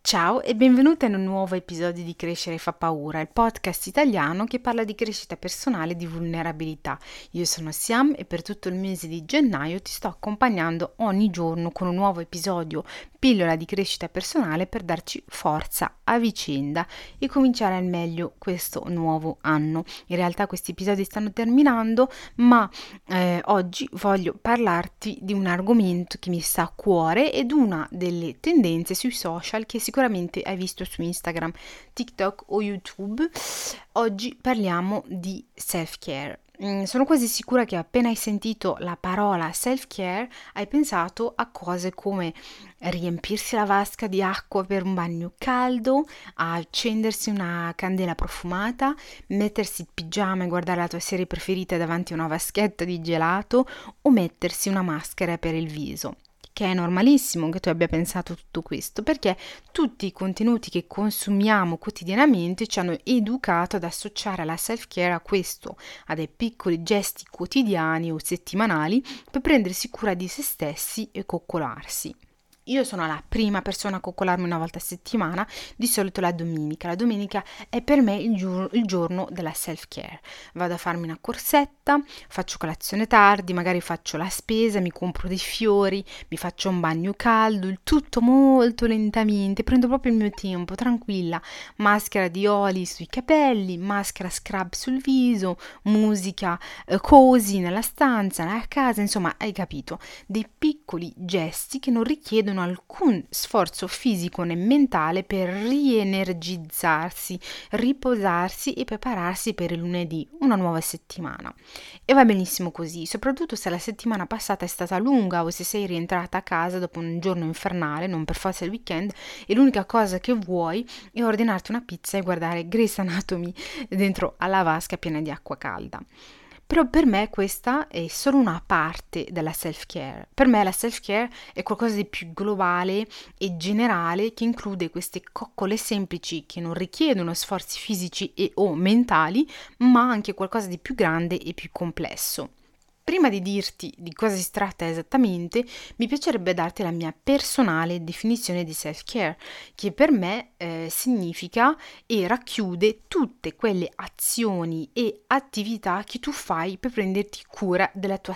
Ciao e benvenuta in un nuovo episodio di Crescere fa paura, il podcast italiano che parla di crescita personale e di vulnerabilità. Io sono Siam e per tutto il mese di gennaio ti sto accompagnando ogni giorno con un nuovo episodio, pillola di crescita personale per darci forza a vicenda e cominciare al meglio questo nuovo anno. In realtà questi episodi stanno terminando, ma oggi voglio parlarti di un argomento che mi sta a cuore ed una delle tendenze sui social che sicuramente hai visto su Instagram, TikTok o YouTube. Oggi parliamo di self-care. Sono quasi sicura che appena hai sentito la parola self-care hai pensato a cose come riempirsi la vasca di acqua per un bagno caldo, accendersi una candela profumata, mettersi il pigiama e guardare la tua serie preferita davanti a una vaschetta di gelato o mettersi una maschera per il viso. Che è normalissimo che tu abbia pensato tutto questo, perché tutti i contenuti che consumiamo quotidianamente ci hanno educato ad associare la self-care a questo, a dei piccoli gesti quotidiani o settimanali per prendersi cura di se stessi e coccolarsi. Io sono la prima persona a coccolarmi una volta a settimana, di solito la domenica. La domenica è per me il giorno della self-care. Vado a farmi una corsetta, faccio colazione tardi, magari faccio la spesa, mi compro dei fiori, mi faccio un bagno caldo, il tutto molto lentamente, prendo proprio il mio tempo, tranquilla. Maschera di oli sui capelli, maschera scrub sul viso, musica cozy nella stanza, nella casa, insomma, hai capito. Dei piccoli gesti che non richiedono alcun sforzo fisico né mentale per rienergizzarsi, riposarsi e prepararsi per il lunedì, una nuova settimana. E va benissimo così, soprattutto se la settimana passata è stata lunga o se sei rientrata a casa dopo un giorno infernale, non per forza il weekend, e l'unica cosa che vuoi è ordinarti una pizza e guardare Grey's Anatomy dentro alla vasca piena di acqua calda. Però per me questa è solo una parte della self-care. Per me la self-care è qualcosa di più globale e generale che include queste coccole semplici che non richiedono sforzi fisici e o mentali, ma anche qualcosa di più grande e più complesso. Prima di dirti di cosa si tratta esattamente, mi piacerebbe darti la mia personale definizione di self-care, che per me significa e racchiude tutte quelle azioni e attività che tu fai per prenderti cura della tua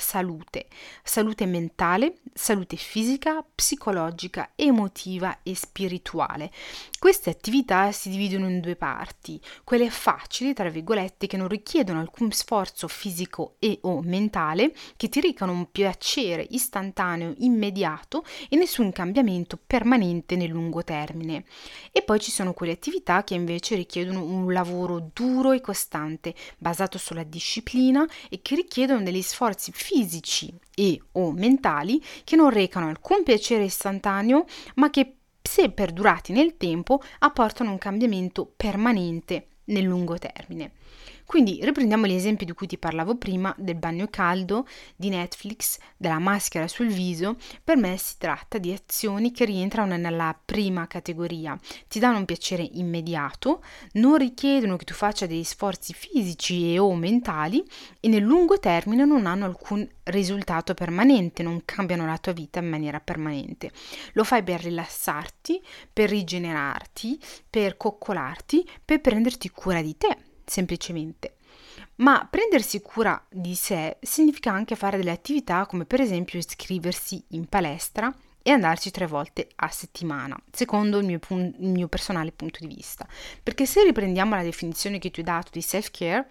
salute mentale, salute fisica, psicologica, emotiva e spirituale. Queste attività si dividono in due parti, quelle facili, tra virgolette, che non richiedono alcun sforzo fisico e o mentale, che ti recano un piacere istantaneo, immediato e nessun cambiamento permanente nel lungo termine. E poi ci sono quelle attività che invece richiedono un lavoro duro e costante, basato sulla disciplina e che richiedono degli sforzi fisici e o mentali che non recano alcun piacere istantaneo, ma che se perdurati nel tempo apportano un cambiamento permanente nel lungo termine. Quindi riprendiamo gli esempi di cui ti parlavo prima, del bagno caldo, di Netflix, della maschera sul viso. Per me si tratta di azioni che rientrano nella prima categoria, ti danno un piacere immediato, non richiedono che tu faccia degli sforzi fisici e o mentali e nel lungo termine non hanno alcun risultato permanente, non cambiano la tua vita in maniera permanente. Lo fai per rilassarti, per rigenerarti, per coccolarti, per prenderti cura di te. Semplicemente. Ma prendersi cura di sé significa anche fare delle attività come per esempio iscriversi in palestra e andarci 3 volte a settimana, secondo il mio personale punto di vista. Perché se riprendiamo la definizione che ti ho dato di self-care,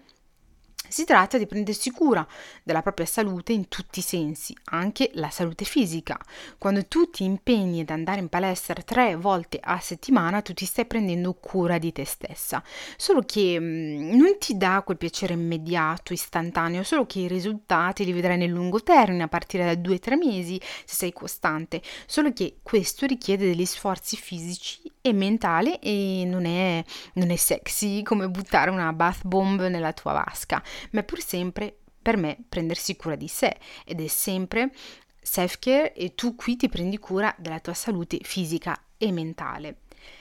si tratta di prendersi cura della propria salute in tutti i sensi, anche la salute fisica. Quando tu ti impegni ad andare in palestra 3 volte a settimana, tu ti stai prendendo cura di te stessa. Solo che non ti dà quel piacere immediato, istantaneo, solo che i risultati li vedrai nel lungo termine, a partire da 2-3 mesi, se sei costante. Solo che questo richiede degli sforzi fisici e mentali e non è sexy come buttare una bath bomb nella tua vasca, ma è pur sempre per me prendersi cura di sé ed è sempre self-care e tu qui ti prendi cura della tua salute fisica e mentale.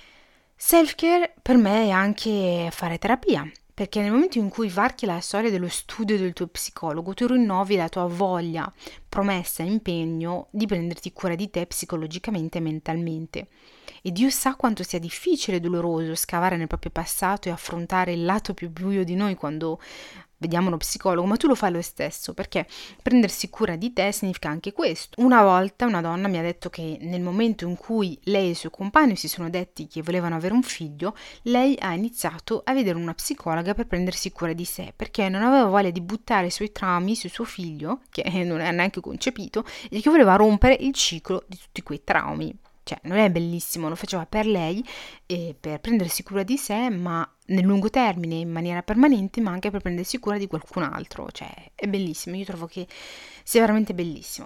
Self-care per me è anche fare terapia, perché nel momento in cui varchi la storia dello studio del tuo psicologo, tu rinnovi la tua voglia promessa e impegno di prenderti cura di te psicologicamente e mentalmente. E Dio sa quanto sia difficile e doloroso scavare nel proprio passato e affrontare il lato più buio di noi quando vediamo uno psicologo, ma tu lo fai lo stesso, perché prendersi cura di te significa anche questo. Una volta una donna mi ha detto che nel momento in cui lei e il suo compagno si sono detti che volevano avere un figlio, lei ha iniziato a vedere una psicologa per prendersi cura di sé, perché non aveva voglia di buttare i suoi traumi su suo figlio, che non è neanche concepito, e che voleva rompere il ciclo di tutti quei traumi. Cioè, non è bellissimo, lo faceva per lei e per prendersi cura di sé, ma nel lungo termine, in maniera permanente, ma anche per prendersi cura di qualcun altro. Cioè, è bellissimo, io trovo che sia veramente bellissimo.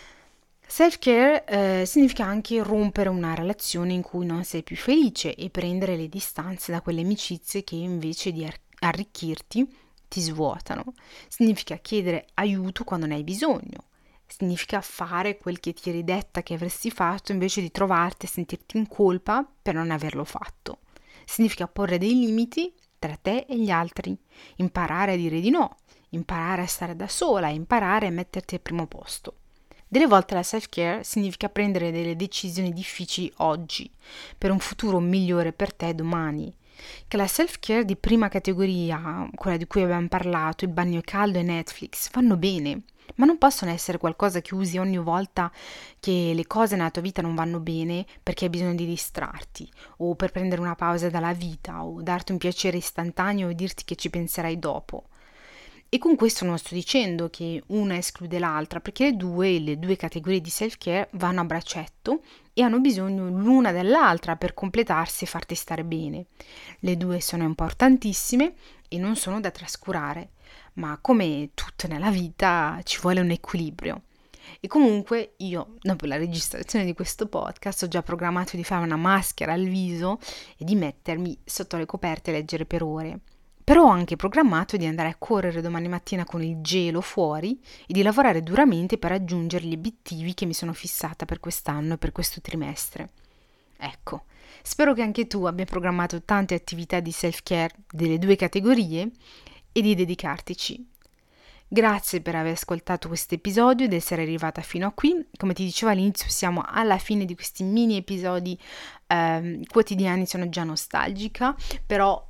Self-care significa anche rompere una relazione in cui non sei più felice e prendere le distanze da quelle amicizie che invece di arricchirti ti svuotano. Significa chiedere aiuto quando ne hai bisogno. Significa fare quel che ti eri detta che avresti fatto invece di trovarti e sentirti in colpa per non averlo fatto. Significa porre dei limiti tra te e gli altri, imparare a dire di no, imparare a stare da sola, imparare a metterti al primo posto. Delle volte la self-care significa prendere delle decisioni difficili oggi, per un futuro migliore per te domani. Che la self-care di prima categoria, quella di cui abbiamo parlato, il bagno caldo e Netflix, vanno bene, ma non possono essere qualcosa che usi ogni volta che le cose nella tua vita non vanno bene perché hai bisogno di distrarti, o per prendere una pausa dalla vita, o darti un piacere istantaneo e dirti che ci penserai dopo. E con questo non sto dicendo che una esclude l'altra, perché le due categorie di self-care vanno a braccetto e hanno bisogno l'una dell'altra per completarsi e farti stare bene. Le due sono importantissime e non sono da trascurare, ma come tutto nella vita ci vuole un equilibrio. E comunque io, dopo la registrazione di questo podcast, ho già programmato di fare una maschera al viso e di mettermi sotto le coperte e leggere per ore. Però ho anche programmato di andare a correre domani mattina con il gelo fuori e di lavorare duramente per raggiungere gli obiettivi che mi sono fissata per quest'anno e per questo trimestre. Ecco, spero che anche tu abbia programmato tante attività di self-care delle due categorie e di dedicartici. Grazie per aver ascoltato questo episodio ed essere arrivata fino a qui. Come ti dicevo all'inizio, siamo alla fine di questi mini episodi quotidiani, sono già nostalgica, però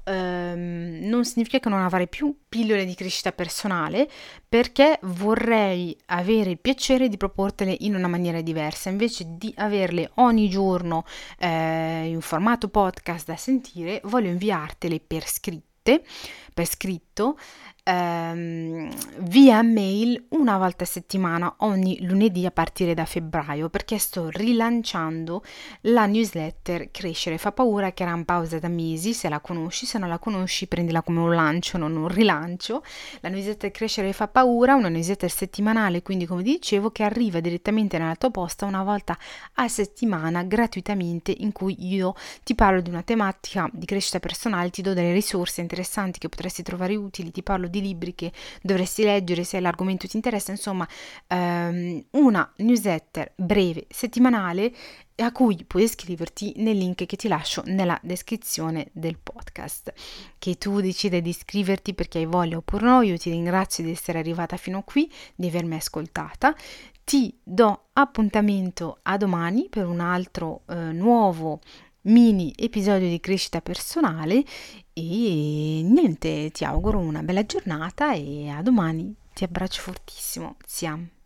non significa che non avrai più pillole di crescita personale, perché vorrei avere il piacere di proportele in una maniera diversa, invece di averle ogni giorno in formato podcast da sentire, voglio inviartele per scritto via mail una volta a settimana ogni lunedì a partire da febbraio, perché sto rilanciando la newsletter Crescere fa paura, che era in pausa da mesi. Se la conosci, se non la conosci, prendila come un lancio, non un rilancio. La newsletter Crescere fa paura, una newsletter settimanale, quindi come dicevo, che arriva direttamente nella tua posta una volta a settimana gratuitamente, in cui io ti parlo di una tematica di crescita personale, ti do delle risorse interessanti che potresti trovare utili, ti parlo di libri che dovresti leggere se l'argomento ti interessa, insomma una newsletter breve settimanale a cui puoi iscriverti nel link che ti lascio nella descrizione del podcast. Che tu decida di iscriverti perché hai voglia oppure no, io ti ringrazio di essere arrivata fino qui, di avermi ascoltata. Ti do appuntamento a domani per un altro nuovo mini episodio di crescita personale e niente, ti auguro una bella giornata e a domani. Ti abbraccio fortissimo, Siam.